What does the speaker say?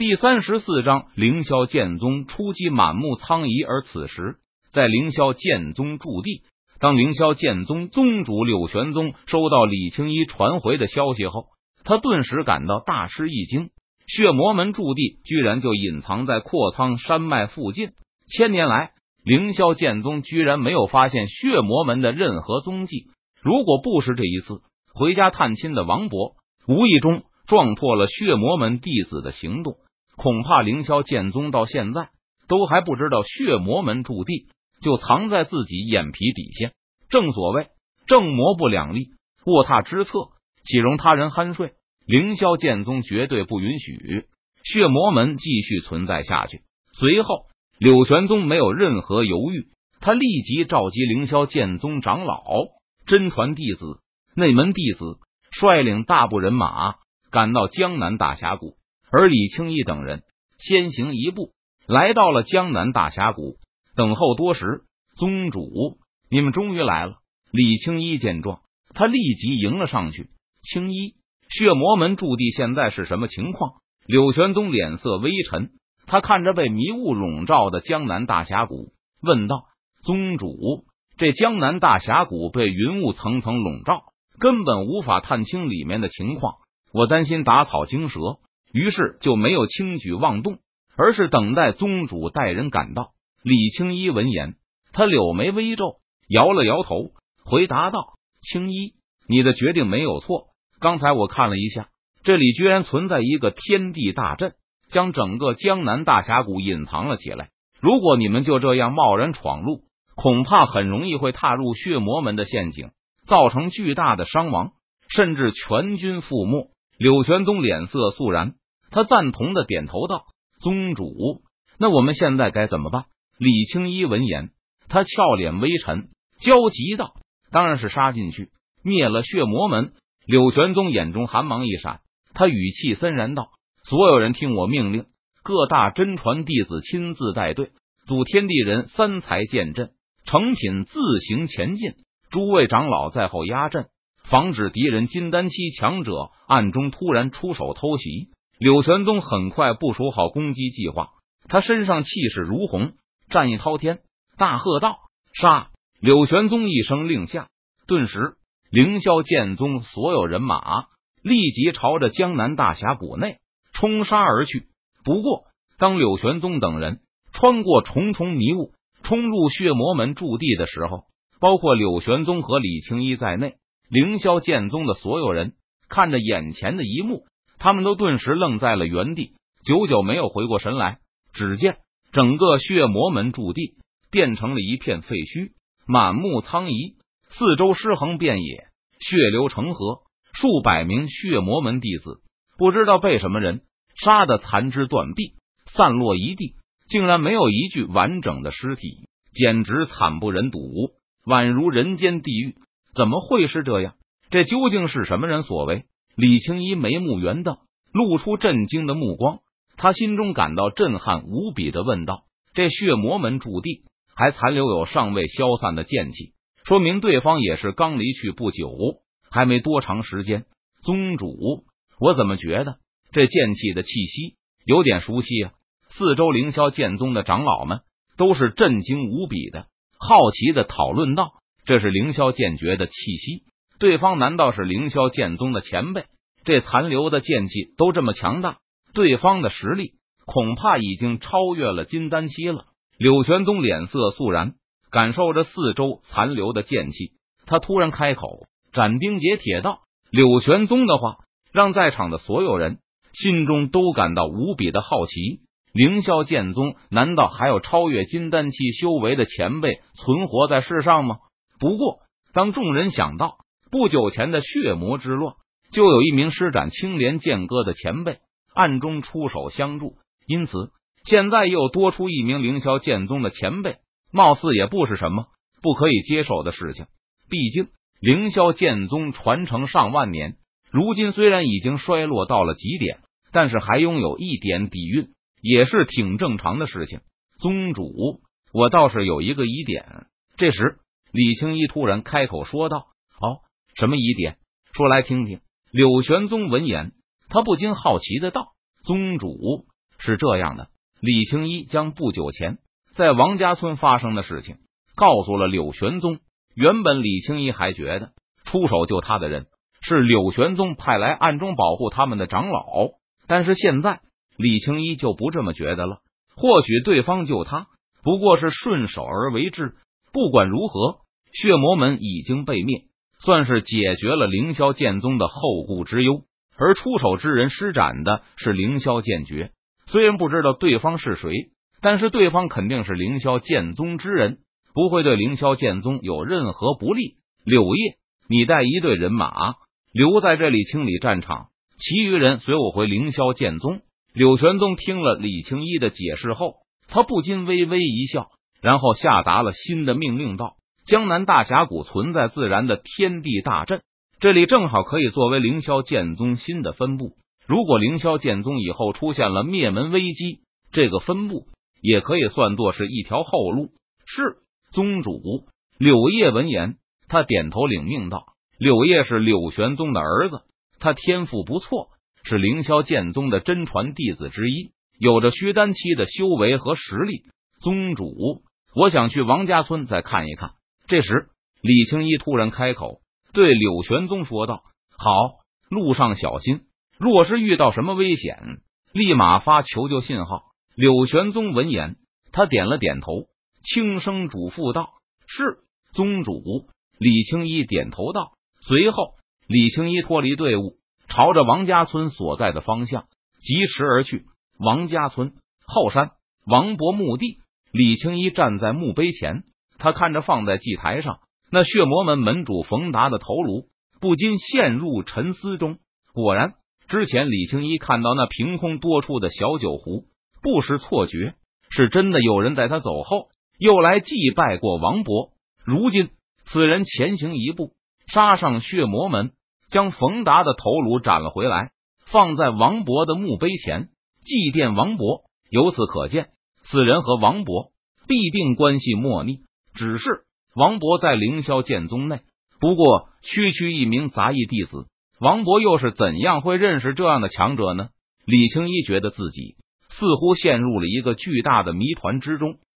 第34章凌霄剑宗出击满目苍夷。而此时在凌霄剑宗驻地，当凌霄剑宗宗主柳玄宗收到李青衣传回的消息后，他顿时感到大吃一惊。血魔门驻地居然就隐藏在阔苍山脉附近，千年来凌霄剑宗居然没有发现血魔门的任何踪迹。如果不是这一次回家探亲的王勃无意中撞破了血魔门弟子的行动，恐怕凌霄剑宗到现在都还不知道血魔门驻地就藏在自己眼皮底下。正所谓正魔不两立，卧榻之侧岂容他人酣睡。凌霄剑宗绝对不允许血魔门继续存在下去。随后柳玄宗没有任何犹豫，他立即召集凌霄剑宗长老、真传弟子、内门弟子，率领大部人马赶到江南大峡谷。而李青衣等人先行一步来到了江南大峡谷，等候多时。宗主，你们终于来了。李青衣见状，他立即迎了上去。青衣，血魔门驻地现在是什么情况？柳玄宗脸色微沉，他看着被迷雾笼罩的江南大峡谷，问道：宗主，这江南大峡谷被云雾层层笼罩，根本无法探清里面的情况，我担心打草惊蛇，于是就没有轻举妄动，而是等待宗主带人赶到。李青衣闻言，他柳眉微皱，摇了摇头，回答道：青衣，你的决定没有错，刚才我看了一下，这里居然存在一个天地大阵，将整个江南大峡谷隐藏了起来。如果你们就这样贸然闯入，恐怕很容易会踏入血魔门的陷阱，造成巨大的伤亡，甚至全军覆没。柳玄宗脸色肃然，他赞同的点头道：宗主，那我们现在该怎么办？李青衣闻言，他俏脸微沉，焦急道：当然是杀进去，灭了血魔门。柳玄宗眼中寒芒一闪，他语气森然道：所有人听我命令，各大真传弟子亲自带队，祖天地人三才见阵，成品自行前进，诸位长老在后压阵，防止敌人金丹期强者暗中突然出手偷袭。柳玄宗很快部署好攻击计划，他身上气势如虹，战意滔天，大喝道：杀！柳玄宗一声令下，顿时凌霄剑宗所有人马立即朝着江南大峡谷内冲杀而去。不过当柳玄宗等人穿过重重迷雾冲入血魔门驻地的时候，包括柳玄宗和李青衣在内，凌霄剑宗的所有人看着眼前的一幕，他们都顿时愣在了原地，久久没有回过神来。只见整个血魔门驻地变成了一片废墟，满目苍夷，四周尸横遍野，血流成河，数百名血魔门弟子不知道被什么人杀得残肢断臂，散落一地，竟然没有一具完整的尸体，简直惨不忍睹，宛如人间地狱。怎么会是这样？这究竟是什么人所为？李青衣眉目圆瞪，露出震惊的目光，他心中感到震撼无比的问道：这血魔门驻地还残留有尚未消散的剑气，说明对方也是刚离去不久，还没多长时间。宗主，我怎么觉得这剑气的气息有点熟悉啊？四周凌霄剑宗的长老们都是震惊无比的，好奇的讨论道：这是凌霄剑诀的气息，对方难道是凌霄剑宗的前辈？这残留的剑气都这么强大，对方的实力恐怕已经超越了金丹期了。柳玄宗脸色肃然，感受着四周残留的剑气，他突然开口，斩钉截铁道：柳玄宗的话让在场的所有人心中都感到无比的好奇。凌霄剑宗难道还有超越金丹期修为的前辈存活在世上吗？不过当众人想到不久前的血魔之乱，就有一名施展青莲剑歌的前辈暗中出手相助，因此现在又多出一名凌霄剑宗的前辈，貌似也不是什么不可以接受的事情。毕竟凌霄剑宗传承上万年，如今虽然已经衰落到了极点，但是还拥有一点底蕴，也是挺正常的事情。宗主，我倒是有一个疑点。这时李青衣突然开口说道：哦，什么疑点？说来听听。柳玄宗闻言，他不禁好奇的道：宗主， 是这样的，李青一将不久前在王家村发生的事情告诉了柳玄宗。原本李青一还觉得出手救他的人是柳玄宗派来暗中保护他们的长老，但是现在李青一就不这么觉得了。或许对方救他不过是顺手而为之，不管如何，血魔门已经被灭，算是解决了凌霄剑宗的后顾之忧。而出手之人施展的是凌霄剑诀，虽然不知道对方是谁，但是对方肯定是凌霄剑宗之人，不会对凌霄剑宗有任何不利。柳叶，你带一队人马留在这里清理战场，其余人随我回凌霄剑宗。柳玄宗听了李青一的解释后，他不禁微微一笑，然后下达了新的命令道：江南大峡谷存在自然的天地大阵，这里正好可以作为凌霄剑宗新的分部。如果凌霄剑宗以后出现了灭门危机，这个分部也可以算作是一条后路。是，宗主。柳叶闻言，他点头领命道：柳叶是柳玄宗的儿子，他天赋不错，是凌霄剑宗的真传弟子之一，有着虚丹期的修为和实力。宗主，我想去王家村再看一看。这时李青一突然开口，对柳玄宗说道：好，路上小心，若是遇到什么危险，立马发求救信号。柳玄宗闻言，他点了点头，轻声嘱咐道：是，宗主。李青一点头道。随后李青一脱离队伍，朝着王家村所在的方向疾驰而去。王家村后山王伯墓地，李青一站在墓碑前，他看着放在祭台上那血魔门门主冯达的头颅，不禁陷入沉思中。果然，之前李青一看到那凭空多出的小酒壶不是错觉，是真的有人在他走后又来祭拜过王伯。如今此人前行一步，杀上血魔门，将冯达的头颅斩了回来，放在王伯的墓碑前祭奠王伯。由此可见，此人和王伯必定关系莫逆。只是王伯在凌霄剑宗内不过区区一名杂役弟子，王伯又是怎样会认识这样的强者呢？李青一觉得自己似乎陷入了一个巨大的谜团之中。